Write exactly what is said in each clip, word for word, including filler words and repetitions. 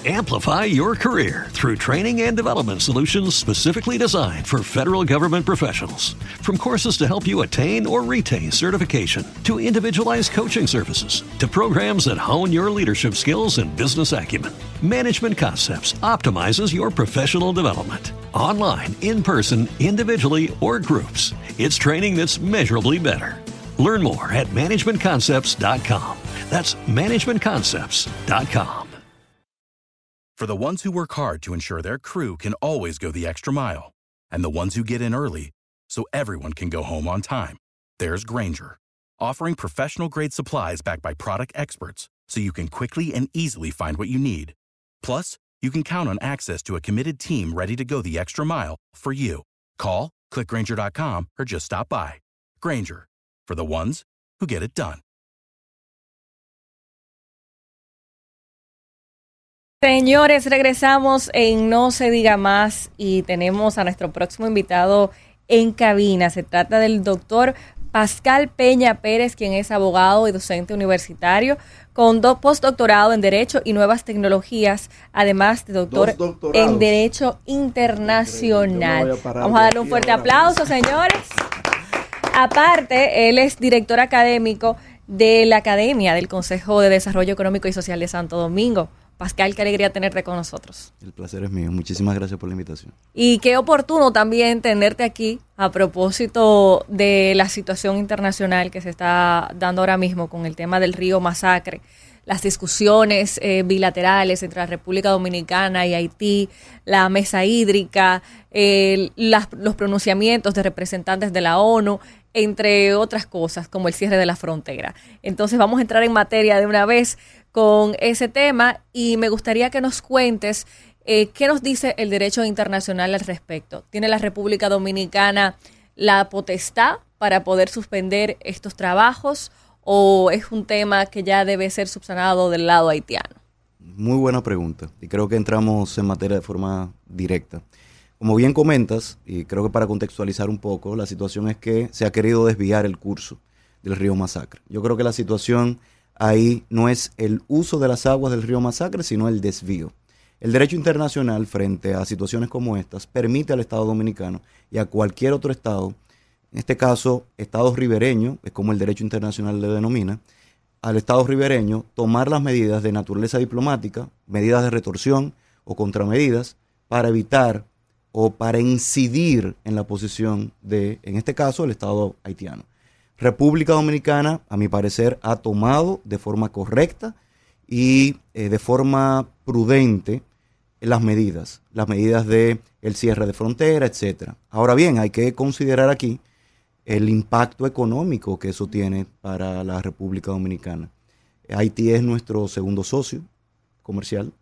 Amplify your career through training and development solutions specifically designed for federal government professionals. From courses to help you attain or retain certification, to individualized coaching services, to programs that hone your leadership skills and business acumen, Management Concepts optimizes your professional development. Online, in person, individually, or groups, it's training that's measurably better. Learn more at management concepts dot com. That's management concepts dot com. For the ones who work hard to ensure their crew can always go the extra mile, and the ones who get in early so everyone can go home on time, there's Grainger, offering professional-grade supplies backed by product experts so you can quickly and easily find what you need. Plus, you can count on access to a committed team ready to go the extra mile for you. Call, click Grainger dot com, or just stop by. Grainger, for the ones who get it done. Señores, regresamos en No se diga más y tenemos a nuestro próximo invitado en cabina. Se trata del doctor Pascal Peña Pérez, quien es abogado y docente universitario con do- postdoctorado en Derecho y Nuevas Tecnologías, además de doctor en Derecho Internacional. No a Vamos a darle un fuerte aplauso, señores. Aparte, él es director académico de la Academia del Consejo de Desarrollo Económico y Social de Santo Domingo. Pascal, qué alegría tenerte con nosotros. El placer es mío. Muchísimas gracias por la invitación. Y qué oportuno también tenerte aquí a propósito de la situación internacional que se está dando ahora mismo con el tema del río Masacre, las discusiones eh, bilaterales entre la República Dominicana y Haití, la mesa hídrica, eh, las, los pronunciamientos de representantes de la ONU, entre otras cosas, como el cierre de la frontera. Entonces vamos a entrar en materia de una vez con ese tema y me gustaría que nos cuentes eh, qué nos dice el derecho internacional al respecto. ¿Tiene la República Dominicana la potestad para poder suspender estos trabajos o es un tema que ya debe ser subsanado del lado haitiano? Muy buena pregunta y creo que entramos en materia de forma directa. Como bien comentas, y creo que para contextualizar un poco, la situación es que se ha querido desviar el curso del río Masacre. Yo creo que la situación ahí no es el uso de las aguas del río Masacre, sino el desvío. El derecho internacional frente a situaciones como estas permite al Estado Dominicano y a cualquier otro Estado, en este caso Estados ribereños, es como el derecho internacional le denomina, al Estado ribereño tomar las medidas de naturaleza diplomática, medidas de retorsión o contramedidas para evitar o para incidir en la posición de, en este caso, el Estado haitiano. República Dominicana, a mi parecer, ha tomado de forma correcta y eh, de forma prudente las medidas, las medidas de el cierre de frontera, etcétera. Ahora bien, hay que considerar aquí el impacto económico que eso tiene para la República Dominicana. Haití es nuestro segundo socio comercial,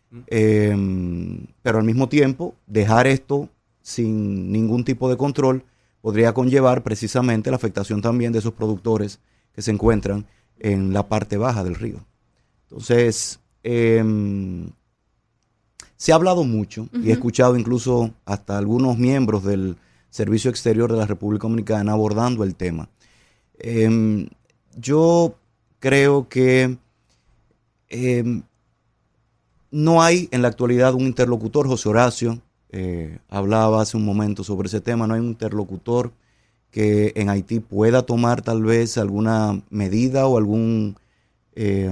eh, pero al mismo tiempo dejar esto sin ningún tipo de control podría conllevar precisamente la afectación también de esos productores que se encuentran en la parte baja del río. Entonces, eh, se ha hablado mucho uh-huh. y he escuchado incluso hasta algunos miembros del Servicio Exterior de la República Dominicana abordando el tema. Eh, yo creo que eh, no hay en la actualidad un interlocutor. José Horacio eh, hablaba hace un momento sobre ese tema. No hay un interlocutor que en Haití pueda tomar tal vez alguna medida o algún eh,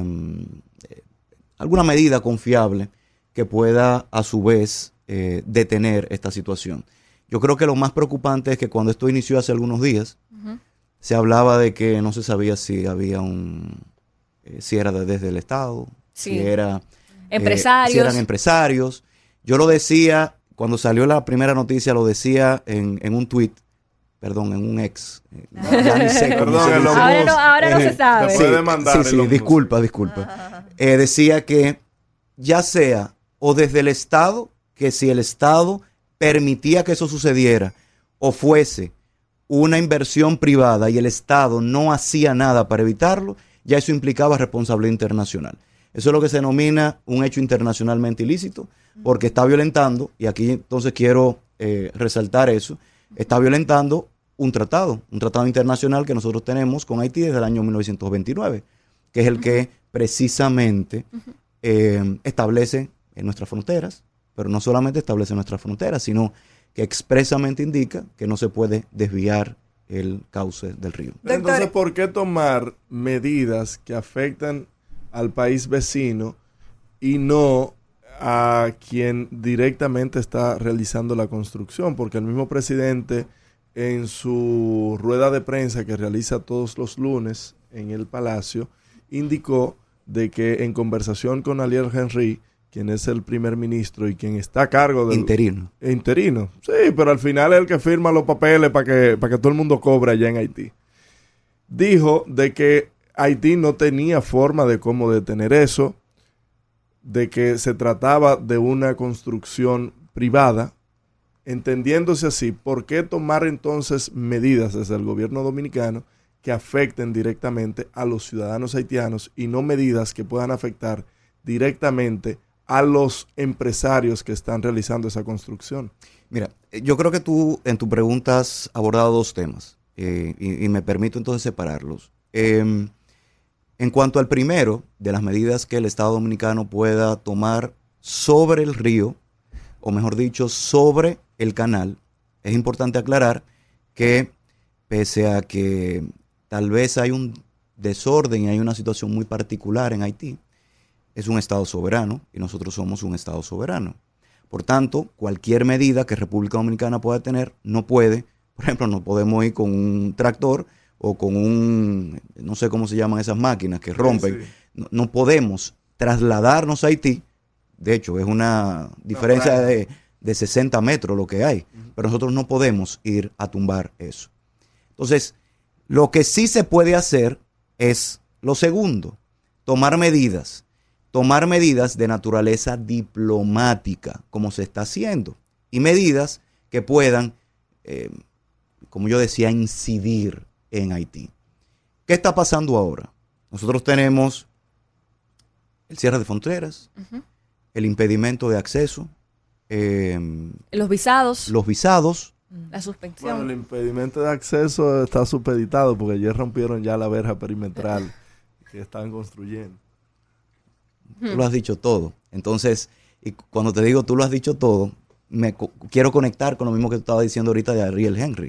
alguna medida confiable que pueda a su vez eh, detener esta situación. Yo creo que lo más preocupante es que cuando esto inició hace algunos días, uh-huh. se hablaba de que no se sabía si había un, eh, si era desde el Estado, sí. si era empresarios. Eh, si eran empresarios. Yo lo decía, cuando salió la primera noticia, lo decía en, en un tweet, perdón, en un ex. Eh, ya ni sé perdón, se el ahora no, ahora no eh, se sabe. Sí, sí, sí, sí disculpa, disculpa. Eh, decía que ya sea o desde el Estado, que si el Estado permitía que eso sucediera, o fuese una inversión privada y el Estado no hacía nada para evitarlo, ya eso implicaba responsabilidad internacional. Eso es lo que se denomina un hecho internacionalmente ilícito, porque está violentando, y aquí entonces quiero eh, resaltar eso, está violentando un tratado, un tratado internacional que nosotros tenemos con Haití desde el año mil novecientos veintinueve, que es el que precisamente eh, establece en nuestras fronteras, pero no solamente establece nuestras fronteras, sino que expresamente indica que no se puede desviar el cauce del río. Entonces, ¿por qué tomar medidas que afectan al país vecino y no a quien directamente está realizando la construcción? Porque el mismo presidente, en su rueda de prensa que realiza todos los lunes en el Palacio, indicó de que en conversación con Ariel Henry, quien es el primer ministro y quien está a cargo del... Interino. Interino, sí, pero al final es el que firma los papeles para que, para que todo el mundo cobre allá en Haití. Dijo de que Haití no tenía forma de cómo detener eso, de que se trataba de una construcción privada. Entendiéndose así, ¿por qué tomar entonces medidas desde el gobierno dominicano que afecten directamente a los ciudadanos haitianos y no medidas que puedan afectar directamente a los empresarios que están realizando esa construcción? Mira, yo creo que tú en tu pregunta has abordado dos temas eh, y, y me permito entonces separarlos. Eh, en cuanto al primero, de las medidas que el Estado Dominicano pueda tomar sobre el río, o mejor dicho, sobre el canal, es importante aclarar que pese a que tal vez hay un desorden y hay una situación muy particular en Haití, es un Estado soberano y nosotros somos un Estado soberano. Por tanto, cualquier medida que República Dominicana pueda tener no puede, por ejemplo, no podemos ir con un tractor o con un, no sé cómo se llaman esas máquinas que rompen, sí, sí. No, no podemos trasladarnos a Haití. De hecho, es una diferencia no, de, de sesenta metros lo que hay, uh-huh. Pero nosotros no podemos ir a tumbar eso. Entonces, lo que sí se puede hacer es lo segundo, tomar medidas. Tomar medidas de naturaleza diplomática, como se está haciendo, y medidas que puedan, eh, como yo decía, incidir en Haití. ¿Qué está pasando ahora? Nosotros tenemos el cierre de fronteras, uh-huh. el impedimento de acceso, eh, los visados, los visados, la suspensión. Bueno, el impedimento de acceso está supeditado porque ya rompieron ya la verja perimetral que están construyendo. Tú lo has dicho todo. Entonces, y cuando te digo tú lo has dicho todo, me co- quiero conectar con lo mismo que tú estabas diciendo ahorita de Ariel Henry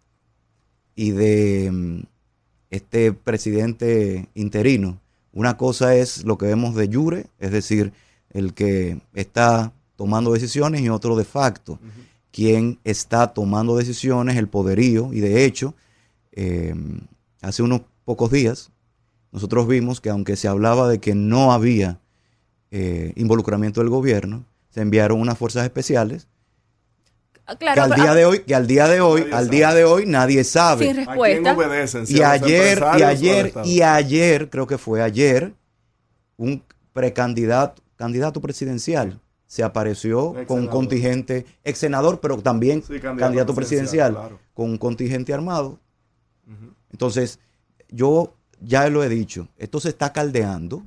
y de um, este presidente interino. Una cosa es lo que vemos de jure, es decir, el que está tomando decisiones, y otro de facto. Uh-huh. Quien está tomando decisiones, el poderío, y de hecho, eh, hace unos pocos días, nosotros vimos que aunque se hablaba de que no había eh, involucramiento del gobierno, se enviaron unas fuerzas especiales claro, que al pero, día de hoy, que al día de hoy, nadie al sabe. día de hoy nadie sabe. Sin respuesta. ¿A quién obedecen? Y ayer, y ayer, y ayer, creo que fue ayer, un precandidato, candidato presidencial, se apareció ex con un contingente, ex senador, pero también sí, candidato, candidato presidencial, presidencial claro. Con un contingente armado. Uh-huh. Entonces, yo ya lo he dicho, esto se está caldeando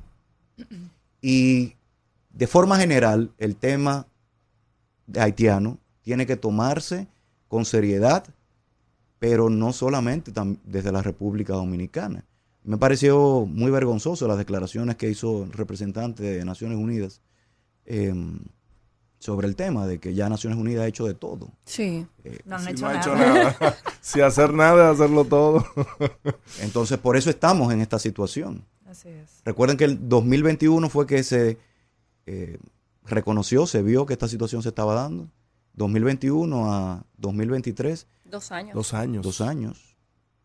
y de forma general el tema haitiano tiene que tomarse con seriedad, pero no solamente tam- desde la República Dominicana. Me pareció muy vergonzoso las declaraciones que hizo el representante de Naciones Unidas eh, sobre el tema de que ya Naciones Unidas ha hecho de todo. Sí, eh, no han si hecho, no nada. hecho nada. Si hacer nada es hacerlo todo. Entonces, por eso estamos en esta situación. Así es. Recuerden que el dos mil veintiuno fue que se eh, reconoció, se vio que esta situación se estaba dando. dos mil veintiuno a dos mil veintitrés. Dos años. Dos años. Dos años.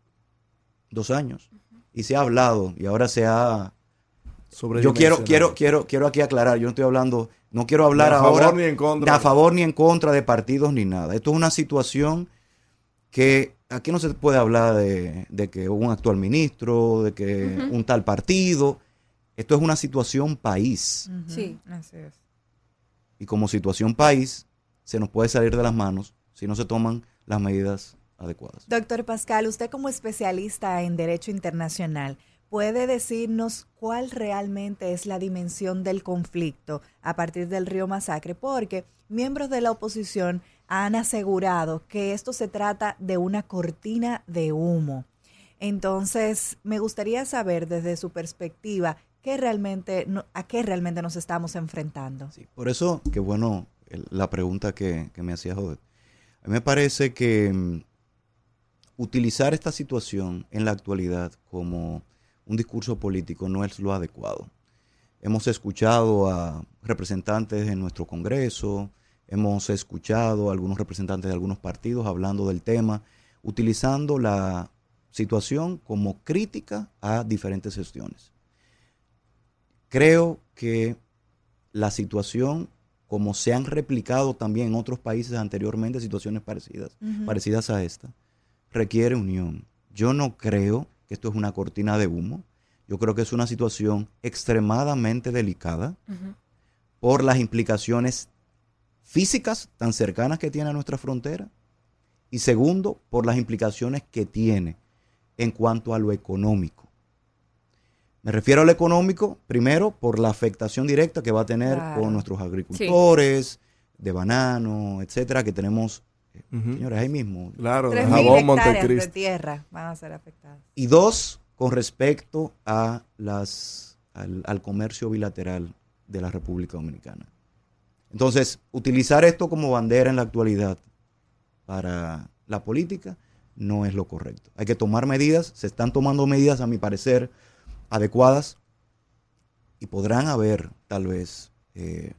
Dos años. Uh-huh. Y se ha hablado y ahora se ha... Yo quiero, quiero, quiero, quiero aquí aclarar, yo no estoy hablando, no quiero hablar ahora... a favor ni en contra. A favor ni en contra de partidos ni nada. Esto es una situación que aquí no se puede hablar de, de que un actual ministro, de que uh-huh. un tal partido. Esto es una situación país. Uh-huh. Sí, así es. Y como situación país, se nos puede salir de las manos si no se toman las medidas adecuadas. Doctor Pascal, usted como especialista en Derecho Internacional, ¿puede decirnos cuál realmente es la dimensión del conflicto a partir del Río Masacre? Porque miembros de la oposición han asegurado que esto se trata de una cortina de humo. Entonces, me gustaría saber desde su perspectiva, ¿qué realmente, no, ¿a qué realmente nos estamos enfrentando? Sí, por eso, qué bueno el, la pregunta que, que me hacía Jodet. A mí me parece que um, utilizar esta situación en la actualidad como un discurso político no es lo adecuado. Hemos escuchado a representantes en nuestro Congreso, hemos escuchado a algunos representantes de algunos partidos hablando del tema, utilizando la situación como crítica a diferentes gestiones. Creo que la situación, como se han replicado también en otros países anteriormente, situaciones parecidas, uh-huh. parecidas a esta, requiere unión. Yo no creo que esto es una cortina de humo. Yo creo que es una situación extremadamente delicada uh-huh. por las implicaciones físicas tan cercanas que tiene a nuestra frontera y segundo, por las implicaciones que tiene en cuanto a lo económico. Me refiero a lo económico, primero, por la afectación directa que va a tener claro. con nuestros agricultores, sí. de banano, etcétera, que tenemos, uh-huh. señores, ahí mismo. Claro, tres mil hectáreas de tierra van a ser afectadas. Y dos, con respecto a las, al, al comercio bilateral de la República Dominicana. Entonces, utilizar esto como bandera en la actualidad para la política no es lo correcto. Hay que tomar medidas, se están tomando medidas, a mi parecer, adecuadas, y podrán haber tal vez eh,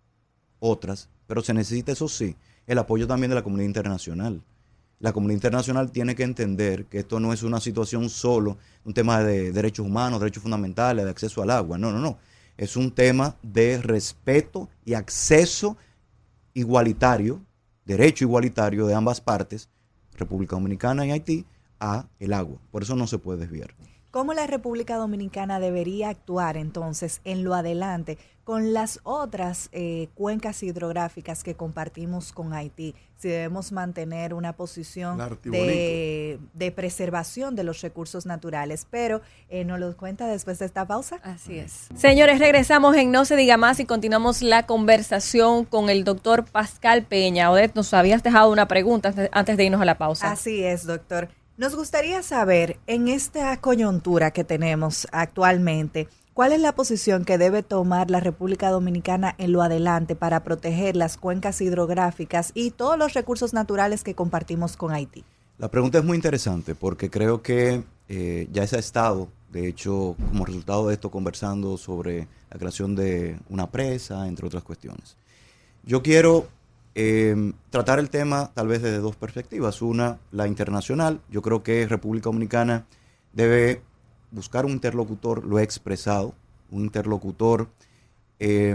otras, pero se necesita, eso sí, el apoyo también de la comunidad internacional. La comunidad internacional tiene que entender que esto no es una situación solo, un tema de derechos humanos, derechos fundamentales, de acceso al agua. No, no, no. Es un tema de respeto y acceso igualitario, derecho igualitario de ambas partes, República Dominicana y Haití, a el agua. Por eso no se puede desviar. ¿Cómo la República Dominicana debería actuar entonces en lo adelante con las otras eh, cuencas hidrográficas que compartimos con Haití? Si debemos mantener una posición de, de preservación de los recursos naturales. Pero eh, nos lo cuenta después de esta pausa. Así es. Señores, regresamos en No Se Diga Más y continuamos la conversación con el doctor Pascal Peña. Odette, nos habías dejado una pregunta antes de irnos a la pausa. Así es, doctor. Nos gustaría saber, en esta coyuntura que tenemos actualmente, ¿cuál es la posición que debe tomar la República Dominicana en lo adelante para proteger las cuencas hidrográficas y todos los recursos naturales que compartimos con Haití? La pregunta es muy interesante porque creo que eh, ya se ha estado, de hecho, como resultado de esto, conversando sobre la creación de una presa, entre otras cuestiones. Yo quiero Eh, tratar el tema tal vez desde dos perspectivas. Una, la internacional. Yo creo que República Dominicana debe buscar un interlocutor, lo he expresado, un interlocutor eh,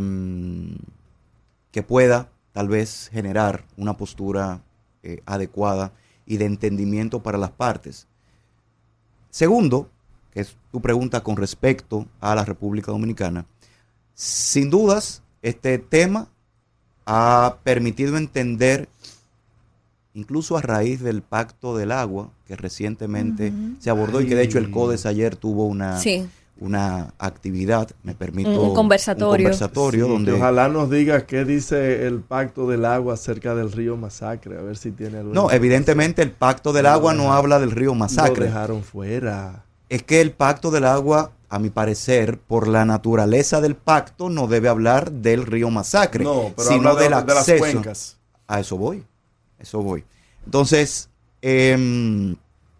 que pueda tal vez generar una postura eh, adecuada y de entendimiento para las partes. Segundo, que es tu pregunta con respecto a la República Dominicana, sin dudas este tema ha permitido entender, incluso a raíz del Pacto del Agua, que recientemente uh-huh. se abordó, Ay. y que de hecho el CODES ayer tuvo una, sí. una actividad, me permito, un, un conversatorio, un conversatorio sí, donde ojalá nos digas qué dice el Pacto del Agua acerca del río Masacre, a ver si tiene alguna. No, evidentemente el Pacto del Agua no habla del río Masacre. Lo dejaron fuera. Es que el Pacto del Agua, a mi parecer, por la naturaleza del pacto, no debe hablar del río Masacre, no, pero sino habla de, del acceso. De las cuencas. A eso voy, eso voy. Entonces, eh,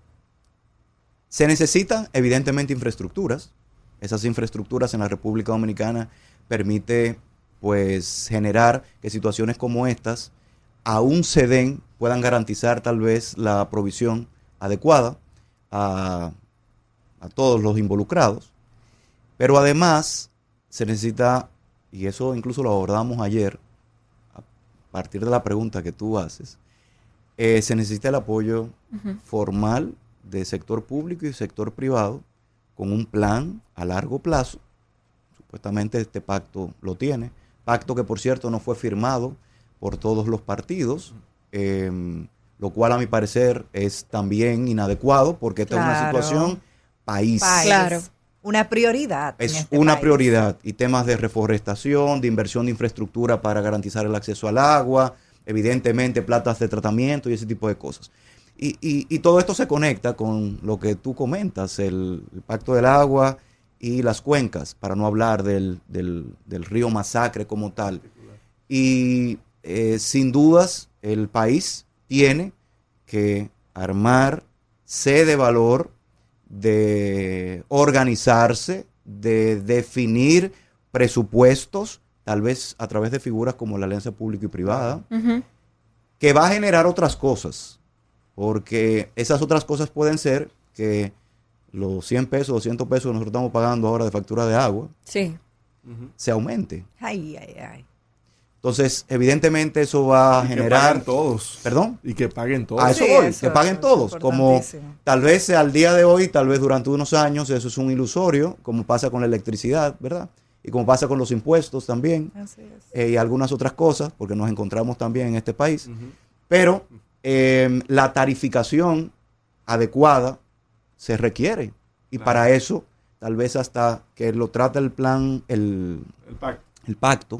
se necesitan evidentemente infraestructuras. Esas infraestructuras en la República Dominicana permite pues generar que situaciones como estas aún se den, puedan garantizar tal vez la provisión adecuada a a todos los involucrados, pero además se necesita, y eso incluso lo abordamos ayer, a partir de la pregunta que tú haces, eh, se necesita el apoyo uh-huh. formal de sector público y sector privado, con un plan a largo plazo. Supuestamente este pacto lo tiene, pacto que por cierto no fue firmado por todos los partidos, eh, lo cual a mi parecer es también inadecuado, porque esta claro. es una situación país. país. Claro. Una prioridad. Es en este una país. prioridad. Y temas de reforestación, de inversión de infraestructura para garantizar el acceso al agua, evidentemente plantas de tratamiento y ese tipo de cosas. Y, y, y todo esto se conecta con lo que tú comentas, el, el Pacto del Agua y las cuencas, para no hablar del, del, del río Masacre como tal. Y eh, sin dudas el país tiene que armarse de valor, de organizarse, de definir presupuestos, tal vez a través de figuras como la alianza pública y privada, uh-huh. que va a generar otras cosas, porque esas otras cosas pueden ser que los cien pesos, doscientos pesos que nosotros estamos pagando ahora de factura de agua, sí. uh-huh. se aumente. Ay, ay, ay. Entonces, evidentemente eso va a y generar... Que paguen todos. ¿Perdón? Y que paguen todos. A eso sí, voy, eso, que paguen eso todos. Como tal vez al día de hoy, tal vez durante unos años, eso es un ilusorio, como pasa con la electricidad, ¿verdad? Y como pasa con los impuestos también. Así es. Eh, y algunas otras cosas, porque nos encontramos también en este país. Uh-huh. Pero eh, la tarificación adecuada se requiere. Y claro. para eso, tal vez hasta que lo trate el plan, el, el pacto. El pacto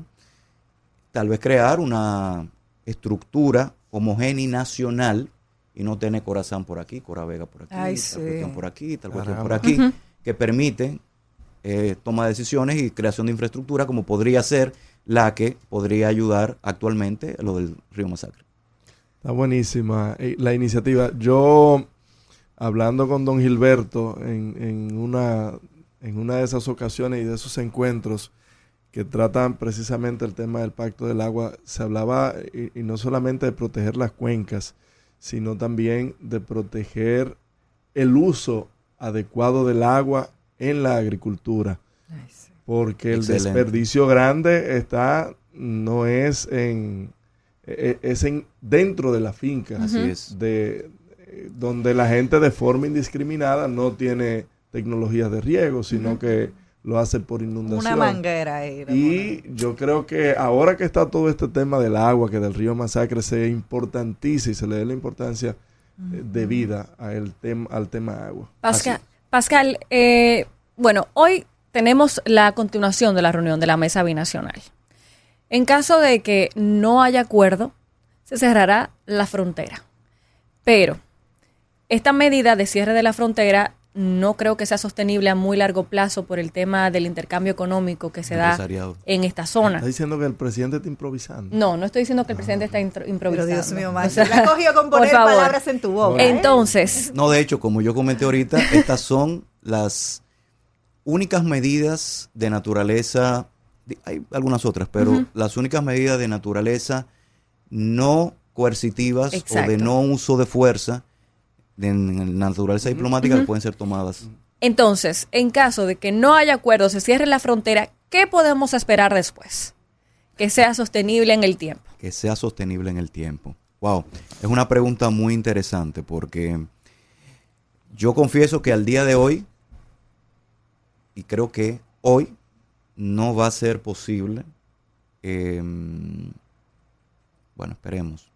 tal vez crear una estructura homogénea y nacional y no tener Corazán por aquí, Cora Vega por aquí, Ay, tal sí. cuestión por aquí, tal cuestión Caramba. por aquí, uh-huh. que permite eh, toma de decisiones y creación de infraestructura como podría ser la que podría ayudar actualmente a lo del río Masacre. Está buenísima la iniciativa. Yo, hablando con don Gilberto en, en, una, en una de esas ocasiones y de esos encuentros, que tratan precisamente el tema del Pacto del Agua, se hablaba y, y no solamente de proteger las cuencas, sino también de proteger el uso adecuado del agua en la agricultura. Ay, sí. Porque el Excelente. desperdicio grande está, no es en, es en dentro de la finca. Así es. De, donde la gente de forma indiscriminada no tiene tecnologías de riego, sino uh-huh. que lo hace por inundación. Una manguera ahí. Y manera. yo creo que ahora que está todo este tema del agua, que del río Masacre se importantiza y se le dé la importancia uh-huh. eh, debida a el tem- al tema agua. Pascal, Pascal eh, bueno, hoy tenemos la continuación de la reunión de la Mesa Binacional. En caso de que no haya acuerdo, se cerrará la frontera. Pero esta medida de cierre de la frontera no creo que sea sostenible a muy largo plazo por el tema del intercambio económico que se da en esta zona. ¿Está diciendo que el presidente está improvisando? No, no estoy diciendo que el presidente está intro- improvisando. Pero Dios mío, Max, o sea, la cogió con poner palabras en tu boca. ¿eh? Entonces. No, de hecho, como yo comenté ahorita, estas son las únicas medidas de naturaleza, hay algunas otras, pero uh-huh. las únicas medidas de naturaleza no coercitivas Exacto. o de no uso de fuerza de naturaleza diplomática uh-huh. que pueden ser tomadas. Entonces, en caso de que no haya acuerdo, se cierre la frontera, ¿qué podemos esperar después? Que sea sostenible en el tiempo. Que sea sostenible en el tiempo. Wow, es una pregunta muy interesante porque yo confieso que al día de hoy, y creo que hoy no va a ser posible, eh, bueno, esperemos.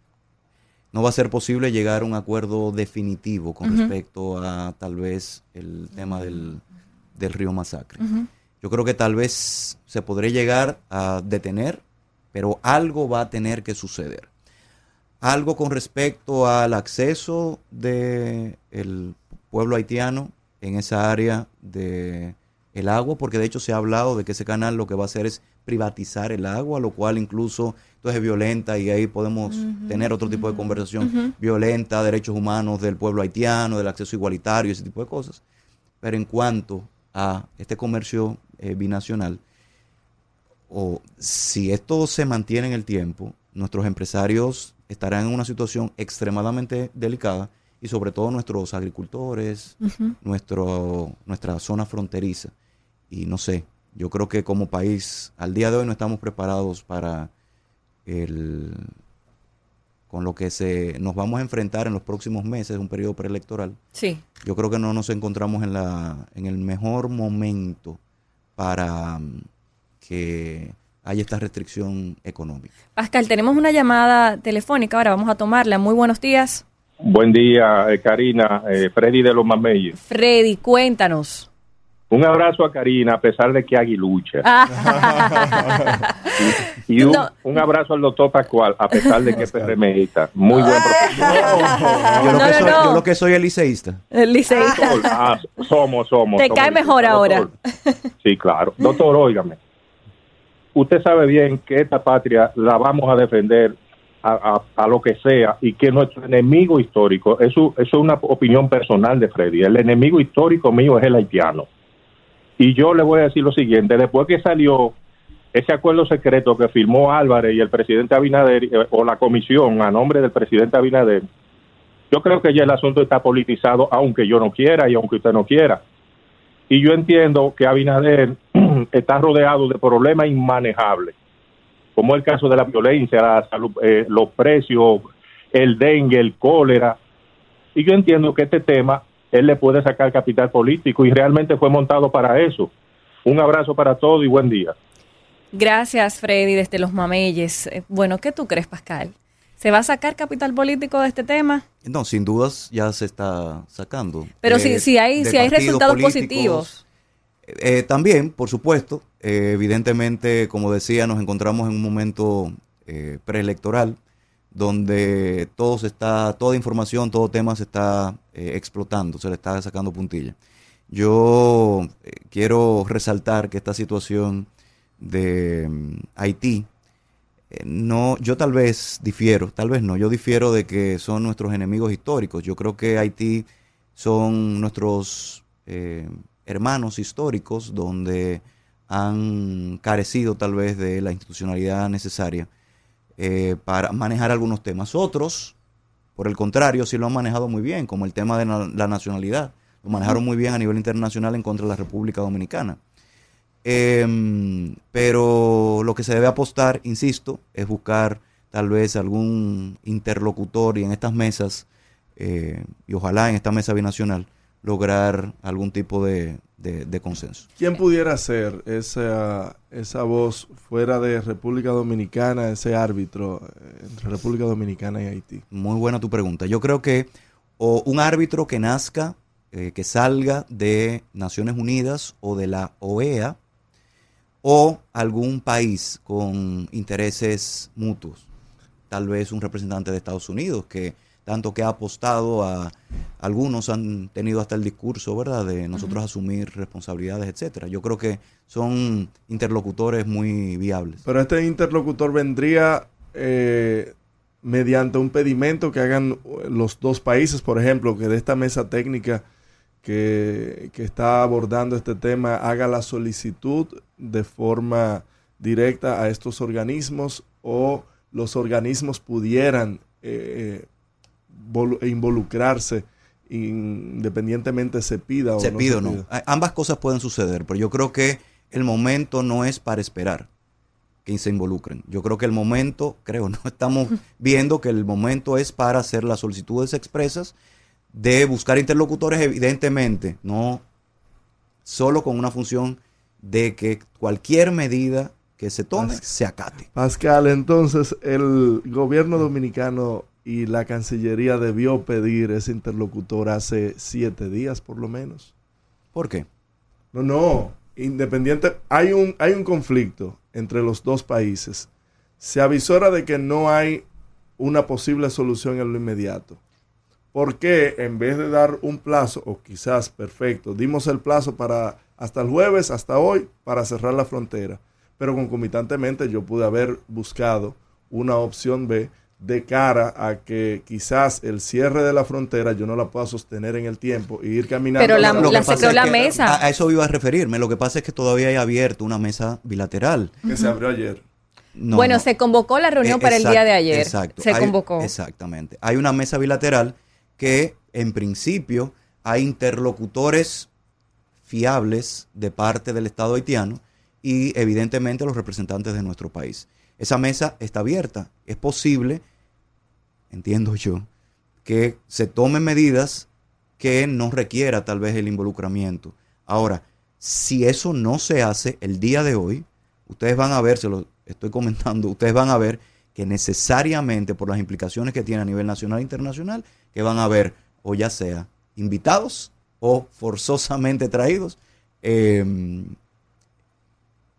No va a ser posible llegar a un acuerdo definitivo con uh-huh. respecto a tal vez el tema del, del río Masacre. Uh-huh. Yo creo que tal vez se podría llegar a detener, pero algo va a tener que suceder. Algo con respecto al acceso del pueblo haitiano en esa área de el agua, porque de hecho se ha hablado de que ese canal lo que va a hacer es privatizar el agua, lo cual incluso entonces es violenta y ahí podemos uh-huh, tener otro tipo uh-huh, de conversación uh-huh. violenta, derechos humanos del pueblo haitiano, del acceso igualitario, ese tipo de cosas. Pero en cuanto a este comercio eh, binacional, o si esto se mantiene en el tiempo, nuestros empresarios estarán en una situación extremadamente delicada y sobre todo nuestros agricultores, uh-huh. nuestro, nuestra zona fronteriza. Y no sé, yo creo que como país, al día de hoy no estamos preparados para el con lo que se nos vamos a enfrentar en los próximos meses, un periodo preelectoral. Sí. Yo creo que no nos encontramos en la en el mejor momento para um, que haya esta restricción económica. Pascal, tenemos una llamada telefónica, ahora vamos a tomarla. Muy buenos días. Buen día, eh, Karina, eh, Freddy de los Mameyes. Freddy, cuéntanos. Un abrazo a Karina, a pesar de que aguilucha. Y un, No. un abrazo al doctor Pascual, a pesar de que es P R M ista. Muy buen profesional. Yo lo, No, que no, soy, no. yo lo que soy es liceísta. El liceísta. Doctor, ah, somos, somos. Te somos cae mejor ahora. Doctor. Sí, claro. Doctor, óigame. Usted sabe bien que esta patria la vamos a defender a, a, a lo que sea y que nuestro enemigo histórico, eso, eso es una opinión personal de Freddy, el enemigo histórico mío es el haitiano. Y yo le voy a decir lo siguiente, después que salió ese acuerdo secreto que firmó Álvarez y el presidente Abinader, eh, o la comisión a nombre del presidente Abinader, yo creo que ya el asunto está politizado, aunque yo no quiera y aunque usted no quiera. Y yo entiendo que Abinader está rodeado de problemas inmanejables, como el caso de la violencia, la salud, eh, los precios, el dengue, el cólera. Y yo entiendo que este tema, él le puede sacar capital político y realmente fue montado para eso. Un abrazo para todos y buen día. Gracias, Freddy, desde Los Mameyes. Eh, Bueno, ¿qué tú crees, Pascal? ¿Se va a sacar capital político de este tema? No, sin dudas ya se está sacando. Pero Eh, si, si hay, de si hay partidos resultados políticos, positivos. Eh, también, por supuesto, eh, evidentemente, como decía, nos encontramos en un momento eh, preelectoral donde todo se está, toda información, todo tema se está eh, explotando, se le está sacando puntilla. Yo eh, quiero resaltar que esta situación de mm, Haití, eh, no, yo tal vez difiero, tal vez no, yo difiero de que son nuestros enemigos históricos. Yo creo que Haití son nuestros eh, hermanos históricos donde han carecido tal vez de la institucionalidad necesaria eh, para manejar algunos temas. Otros, por el contrario, sí lo han manejado muy bien, como el tema de la, la nacionalidad. Lo manejaron muy bien a nivel internacional en contra de la República Dominicana. Eh, pero lo que se debe apostar, insisto, es buscar tal vez algún interlocutor y en estas mesas, eh, y ojalá en esta mesa binacional, lograr algún tipo de, de, de consenso. ¿Quién pudiera ser esa, esa voz fuera de República Dominicana, ese árbitro entre República Dominicana y Haití? Muy buena tu pregunta. Yo creo que o un árbitro que nazca, eh, que salga de Naciones Unidas o de la O E A, o algún país con intereses mutuos. Tal vez un representante de Estados Unidos que tanto que ha apostado a, algunos han tenido hasta el discurso, ¿verdad?, de nosotros uh-huh. asumir responsabilidades, etcétera. Yo creo que son interlocutores muy viables. Pero este interlocutor vendría eh, mediante un pedimento que hagan los dos países, por ejemplo, que de esta mesa técnica que, que está abordando este tema haga la solicitud de forma directa a estos organismos, o los organismos pudieran eh, involucrarse independientemente se pida o se no pida se o no. pida. Ambas cosas pueden suceder, pero yo creo que el momento no es para esperar que se involucren. Yo creo que el momento, creo, no estamos viendo que el momento es para hacer las solicitudes expresas de buscar interlocutores, evidentemente, no solo con una función de que cualquier medida que se tome Pas- se acate. Pascal, entonces el gobierno dominicano y la Cancillería debió pedir ese interlocutor hace siete días por lo menos. ¿Por qué? No, no, independiente, hay un, hay un conflicto entre los dos países. Se avisora de que no hay una posible solución en lo inmediato. ¿Por qué en vez de dar un plazo, o quizás perfecto, dimos el plazo para hasta el jueves, hasta hoy, para cerrar la frontera? Pero concomitantemente yo pude haber buscado una opción B de cara a que quizás el cierre de la frontera yo no la pueda sostener en el tiempo y ir caminando. Pero la, Lo que la pasa secretó es la que mesa. A, a eso iba a referirme. Lo que pasa es que todavía hay abierto una mesa bilateral. Que se abrió ayer. No, bueno, no. se convocó la reunión Eh, para el exacto, día de ayer. Exacto. Se Hay- convocó. Exactamente. Hay una mesa bilateral que, en principio, hay interlocutores fiables de parte del Estado haitiano y, evidentemente, los representantes de nuestro país. Esa mesa está abierta. Es posible, entiendo yo, que se tomen medidas que no requiera tal vez el involucramiento. Ahora, si eso no se hace el día de hoy, ustedes van a ver, se lo estoy comentando, ustedes van a ver que necesariamente por las implicaciones que tiene a nivel nacional e internacional, que van a haber o ya sea invitados o forzosamente traídos, eh,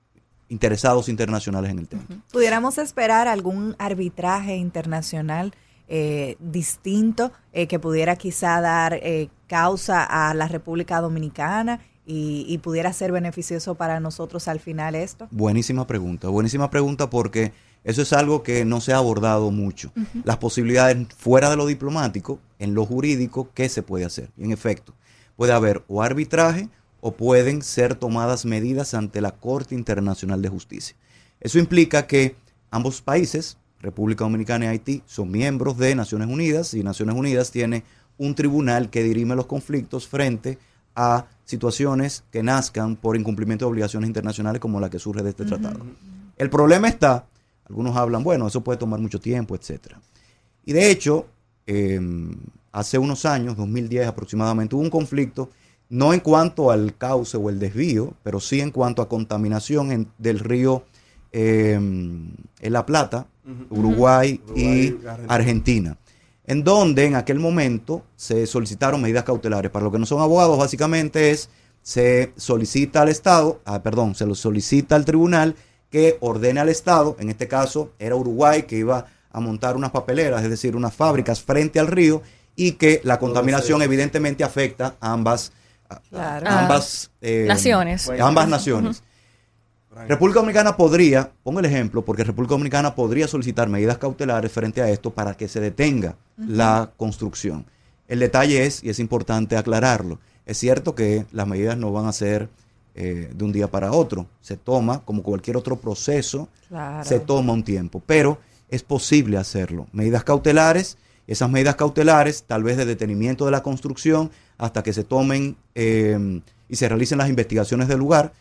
interesados internacionales en el tema. Uh-huh. ¿Pudiéramos esperar algún arbitraje internacional eh, distinto eh, que pudiera quizá dar eh, causa a la República Dominicana y, y pudiera ser beneficioso para nosotros al final esto? Buenísima pregunta, buenísima pregunta porque eso es algo que no se ha abordado mucho. Uh-huh. Las posibilidades fuera de lo diplomático, en lo jurídico, ¿qué se puede hacer? Y en efecto, puede haber o arbitraje o pueden ser tomadas medidas ante la Corte Internacional de Justicia. Eso implica que ambos países, República Dominicana y Haití, son miembros de Naciones Unidas y Naciones Unidas tiene un tribunal que dirime los conflictos frente a situaciones que nazcan por incumplimiento de obligaciones internacionales como la que surge de este uh-huh. tratado. El problema está, algunos hablan, bueno, eso puede tomar mucho tiempo, etcétera. Y de hecho, eh, hace unos años, dos mil diez aproximadamente, hubo un conflicto, no en cuanto al cauce o el desvío, pero sí en cuanto a contaminación en, del río eh, en La Plata, uh-huh. Uruguay, Uruguay y Argentina. Argentina, en donde en aquel momento se solicitaron medidas cautelares. Para los que no son abogados, básicamente es, se solicita al Estado, ah, perdón, se lo solicita al tribunal que ordene al Estado, en este caso era Uruguay, que iba a montar unas papeleras, es decir, unas fábricas frente al río, y que la contaminación evidentemente afecta a ambas, claro. a ambas eh, naciones. A ambas naciones. Uh-huh. República Dominicana podría, pongo el ejemplo, porque República Dominicana podría solicitar medidas cautelares frente a esto para que se detenga uh-huh. la construcción. El detalle es, y es importante aclararlo, es cierto que las medidas no van a ser Eh, de un día para otro, se toma como cualquier otro proceso, claro. se toma un tiempo, pero es posible hacerlo. Medidas cautelares, esas medidas cautelares tal vez de detenimiento de la construcción hasta que se tomen eh, y se realicen las investigaciones del lugar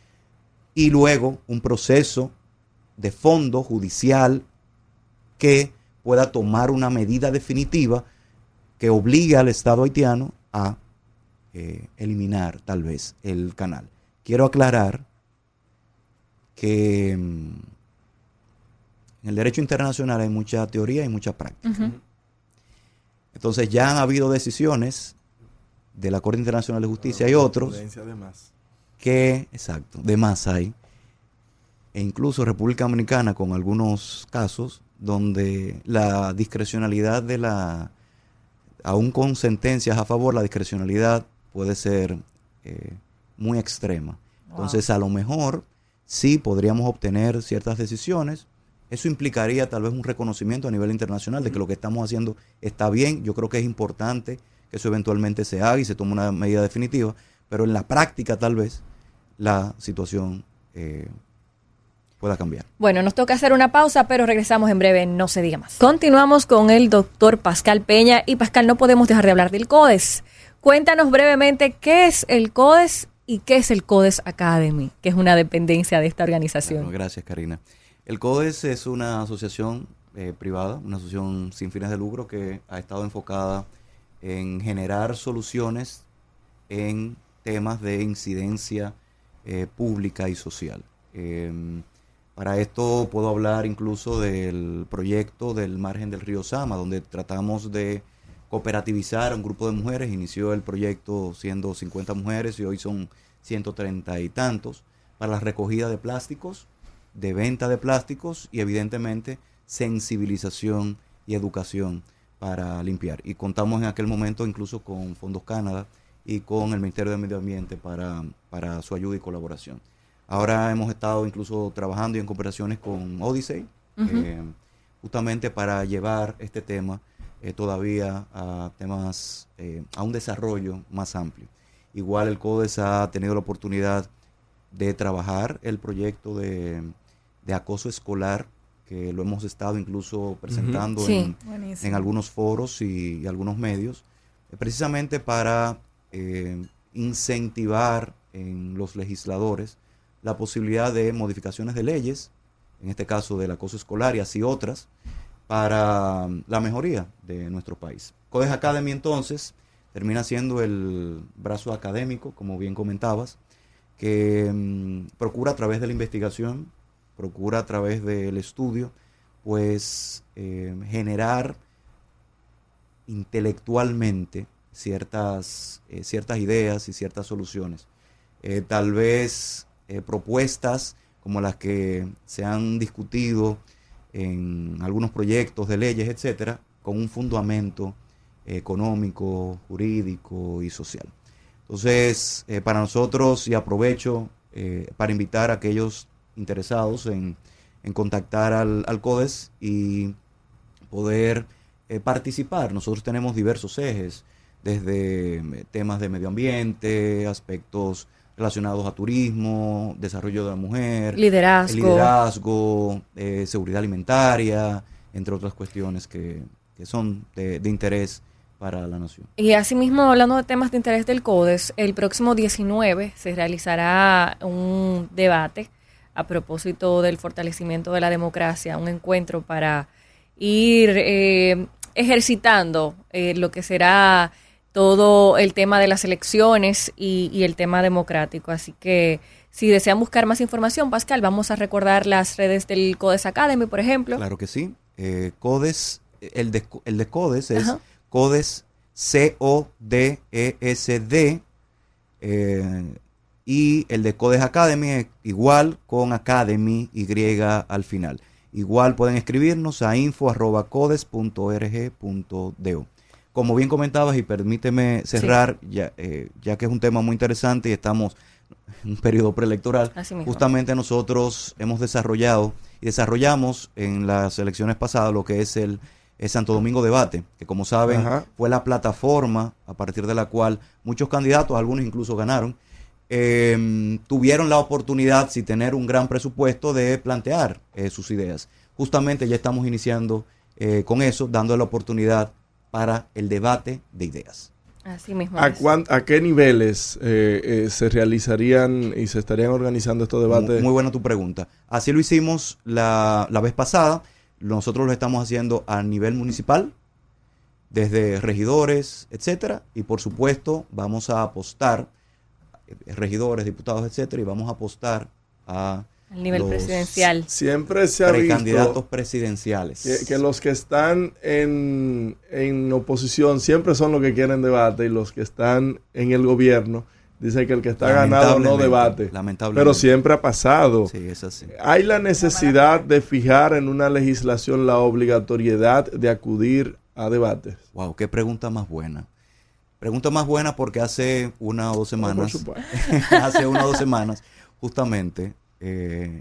y luego un proceso de fondo judicial que pueda tomar una medida definitiva que obligue al Estado haitiano a eh, eliminar tal vez el canal. Quiero aclarar que en el derecho internacional hay mucha teoría y mucha práctica. Uh-huh. Entonces ya han habido decisiones de la Corte Internacional de Justicia y otros de más. que, exacto, de más hay, e incluso República Dominicana con algunos casos donde la discrecionalidad de la, aún con sentencias a favor, la discrecionalidad puede ser eh, muy extrema. Entonces, wow. a lo mejor sí podríamos obtener ciertas decisiones. Eso implicaría tal vez un reconocimiento a nivel internacional de que lo que estamos haciendo está bien. Yo creo que es importante que eso eventualmente se haga y se tome una medida definitiva, pero en la práctica tal vez la situación eh, pueda cambiar. Bueno, nos toca hacer una pausa, pero regresamos en breve, no se diga más. Continuamos con el doctor Pascal Peña. Y Pascal, no podemos dejar de hablar del CODES. Cuéntanos brevemente qué es el CODES y qué es el CODES Academy, que es una dependencia de esta organización. Bueno, gracias, Karina. El CODES es una asociación eh, privada, una asociación sin fines de lucro que ha estado enfocada en generar soluciones en temas de incidencia eh, pública y social. Eh, para esto puedo hablar incluso del proyecto del margen del río Sama, donde tratamos de cooperativizar a un grupo de mujeres. Inició el proyecto siendo cincuenta mujeres y hoy son ciento treinta y tantos para la recogida de plásticos, de venta de plásticos y evidentemente sensibilización y educación para limpiar. Y contamos en aquel momento incluso con Fondos Canadá y con el Ministerio de Medio Ambiente para, para su ayuda y colaboración. Ahora hemos estado incluso trabajando y en cooperaciones con Odyssey, uh-huh. eh, justamente para llevar este tema Eh, todavía a temas, eh, a un desarrollo más amplio. Igual el CODES ha tenido la oportunidad de trabajar el proyecto de, de acoso escolar, que lo hemos estado incluso presentando uh-huh. sí, en, en algunos foros y, y algunos medios, eh, precisamente para eh, incentivar en los legisladores la posibilidad de modificaciones de leyes, en este caso del acoso escolar y así otras, para la mejoría de nuestro país. CODES Academy entonces termina siendo el brazo académico, como bien comentabas, que mmm, procura a través de la investigación, procura a través del estudio, pues eh, generar intelectualmente ciertas, eh, ciertas ideas y ciertas soluciones. Eh, tal vez eh, propuestas como las que se han discutido en algunos proyectos de leyes, etcétera, con un fundamento económico, jurídico y social. Entonces, eh, para nosotros, y aprovecho eh, para invitar a aquellos interesados en, en contactar al, al CODES y poder eh, participar. Nosotros tenemos diversos ejes, desde temas de medio ambiente, aspectos relacionados a turismo, desarrollo de la mujer, liderazgo, liderazgo eh, seguridad alimentaria, entre otras cuestiones que, que son de, de interés para la nación. Y asimismo, hablando de temas de interés del CODES, el próximo diecinueve se realizará un debate a propósito del fortalecimiento de la democracia, un encuentro para ir eh, ejercitando eh, lo que será todo el tema de las elecciones y, y el tema democrático. Así que si desean buscar más información, Pascal, vamos a recordar las redes del CODES Academy, por ejemplo. Claro que sí. Eh, CODES, el de, el de CODES es Ajá. CODES, C O D E S D, eh, y el de CODES Academy igual con Academy Y al final. Igual pueden escribirnos a info arroba codes punto org punto do. Como bien comentabas, y permíteme cerrar, sí. ya, eh, ya que es un tema muy interesante y estamos en un periodo preelectoral, justamente nosotros hemos desarrollado y desarrollamos en las elecciones pasadas lo que es el es Santo Domingo Debate, que como saben Ajá. fue la plataforma a partir de la cual muchos candidatos, algunos incluso ganaron, eh, tuvieron la oportunidad, sin tener un gran presupuesto, de plantear eh, sus ideas. Justamente ya estamos iniciando eh, con eso, dando la oportunidad para el debate de ideas. Así mismo. ¿A, cuán, ¿A qué niveles eh, eh, se realizarían y se estarían organizando estos debates? Muy, muy buena tu pregunta. Así lo hicimos la, la vez pasada. Nosotros lo estamos haciendo a nivel municipal, desde regidores, etcétera, y por supuesto vamos a apostar, eh, regidores, diputados, etcétera, y vamos a apostar a al nivel presidencial. Siempre se ha precandidatos visto presidenciales. Que, que los que están en, en oposición siempre son los que quieren debate, y los que están en el gobierno dicen que el que está ganado no debate. Lamentablemente. Pero siempre ha pasado. Sí, es así. Hay la necesidad de fijar en una legislación la obligatoriedad de acudir a debates. Wow, qué pregunta más buena. Pregunta más buena porque hace una o dos semanas, oh, hace una o dos semanas, justamente, eh,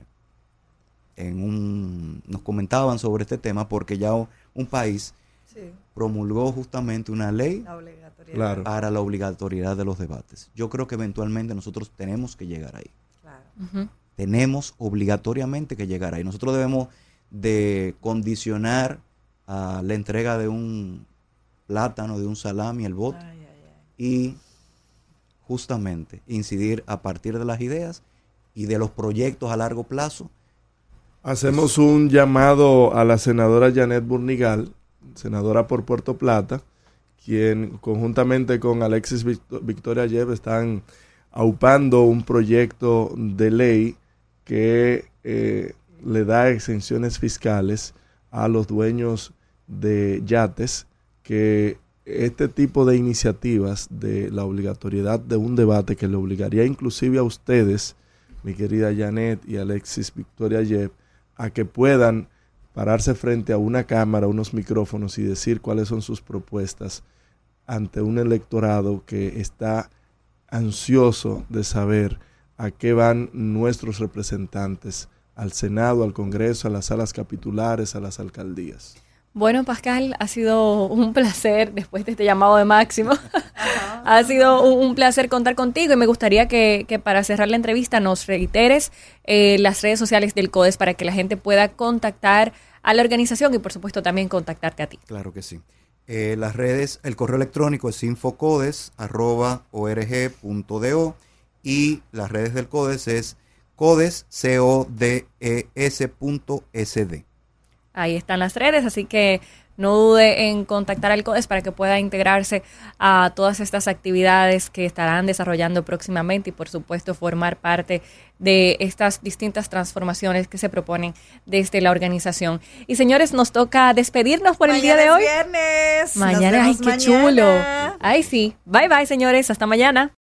en un, nos comentaban sobre este tema porque ya un país sí. promulgó justamente una ley claro. para la obligatoriedad de los debates. Yo creo que eventualmente nosotros tenemos que llegar ahí. Claro. Uh-huh. Tenemos obligatoriamente que llegar ahí. Nosotros debemos de condicionar a la entrega de un plátano, de un salami, el voto, ay, ay, ay. y justamente incidir a partir de las ideas y de los proyectos a largo plazo. Hacemos un llamado a la senadora Janet Burnigal, senadora por Puerto Plata, quien conjuntamente con Alexis Victoria Yep están aupando un proyecto de ley que eh, le da exenciones fiscales a los dueños de yates, que este tipo de iniciativas de la obligatoriedad de un debate que le obligaría inclusive a ustedes, mi querida Janet y Alexis Victoria Yep, a que puedan pararse frente a una cámara, unos micrófonos y decir cuáles son sus propuestas ante un electorado que está ansioso de saber a qué van nuestros representantes al Senado, al Congreso, a las salas capitulares, a las alcaldías. Bueno, Pascal, ha sido un placer, después de este llamado de Máximo, ha sido un, un placer contar contigo, y me gustaría que, que para cerrar la entrevista nos reiteres eh, las redes sociales del CODES para que la gente pueda contactar a la organización y por supuesto también contactarte a ti. Claro que sí. Eh, las redes, el correo electrónico es infocodes arroba org punto do y las redes del CODES es codes, C O D E S punto S D. Ahí están las redes, así que no dude en contactar al CODES para que pueda integrarse a todas estas actividades que estarán desarrollando próximamente y por supuesto formar parte de estas distintas transformaciones que se proponen desde la organización. Y señores, nos toca despedirnos por mañana el día de hoy. Viernes. Mañana, ay, qué mañana. chulo. Ay, sí. Bye bye, señores. Hasta mañana.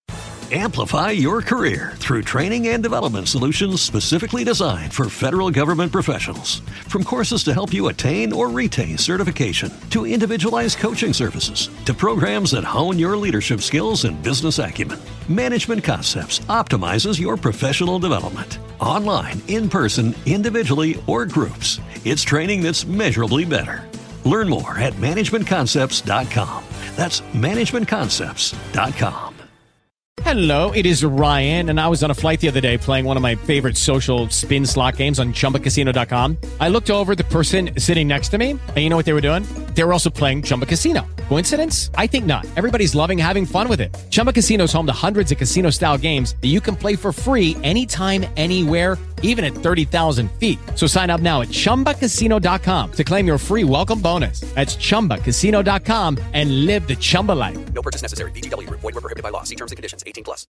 Amplify your career through training and development solutions specifically designed for federal government professionals. From courses to help you attain or retain certification, to individualized coaching services, to programs that hone your leadership skills and business acumen, Management Concepts optimizes your professional development. Online, in person, individually, or groups, it's training that's measurably better. Learn more at management concepts dot com. That's management concepts dot com. Hello, it is Ryan, and I was on a flight the other day playing one of my favorite social spin slot games on chumba casino dot com. I looked over at the person sitting next to me, and you know what they were doing? They were also playing Chumba Casino. Coincidence? I think not. Everybody's loving having fun with it. Chumba Casino is home to hundreds of casino-style games that you can play for free anytime, anywhere, even at thirty thousand feet. So sign up now at chumba casino dot com to claim your free welcome bonus. That's chumba casino dot com and live the Chumba life. No purchase necessary. V G W. Void where prohibited by law. See terms and conditions. eighteen plus.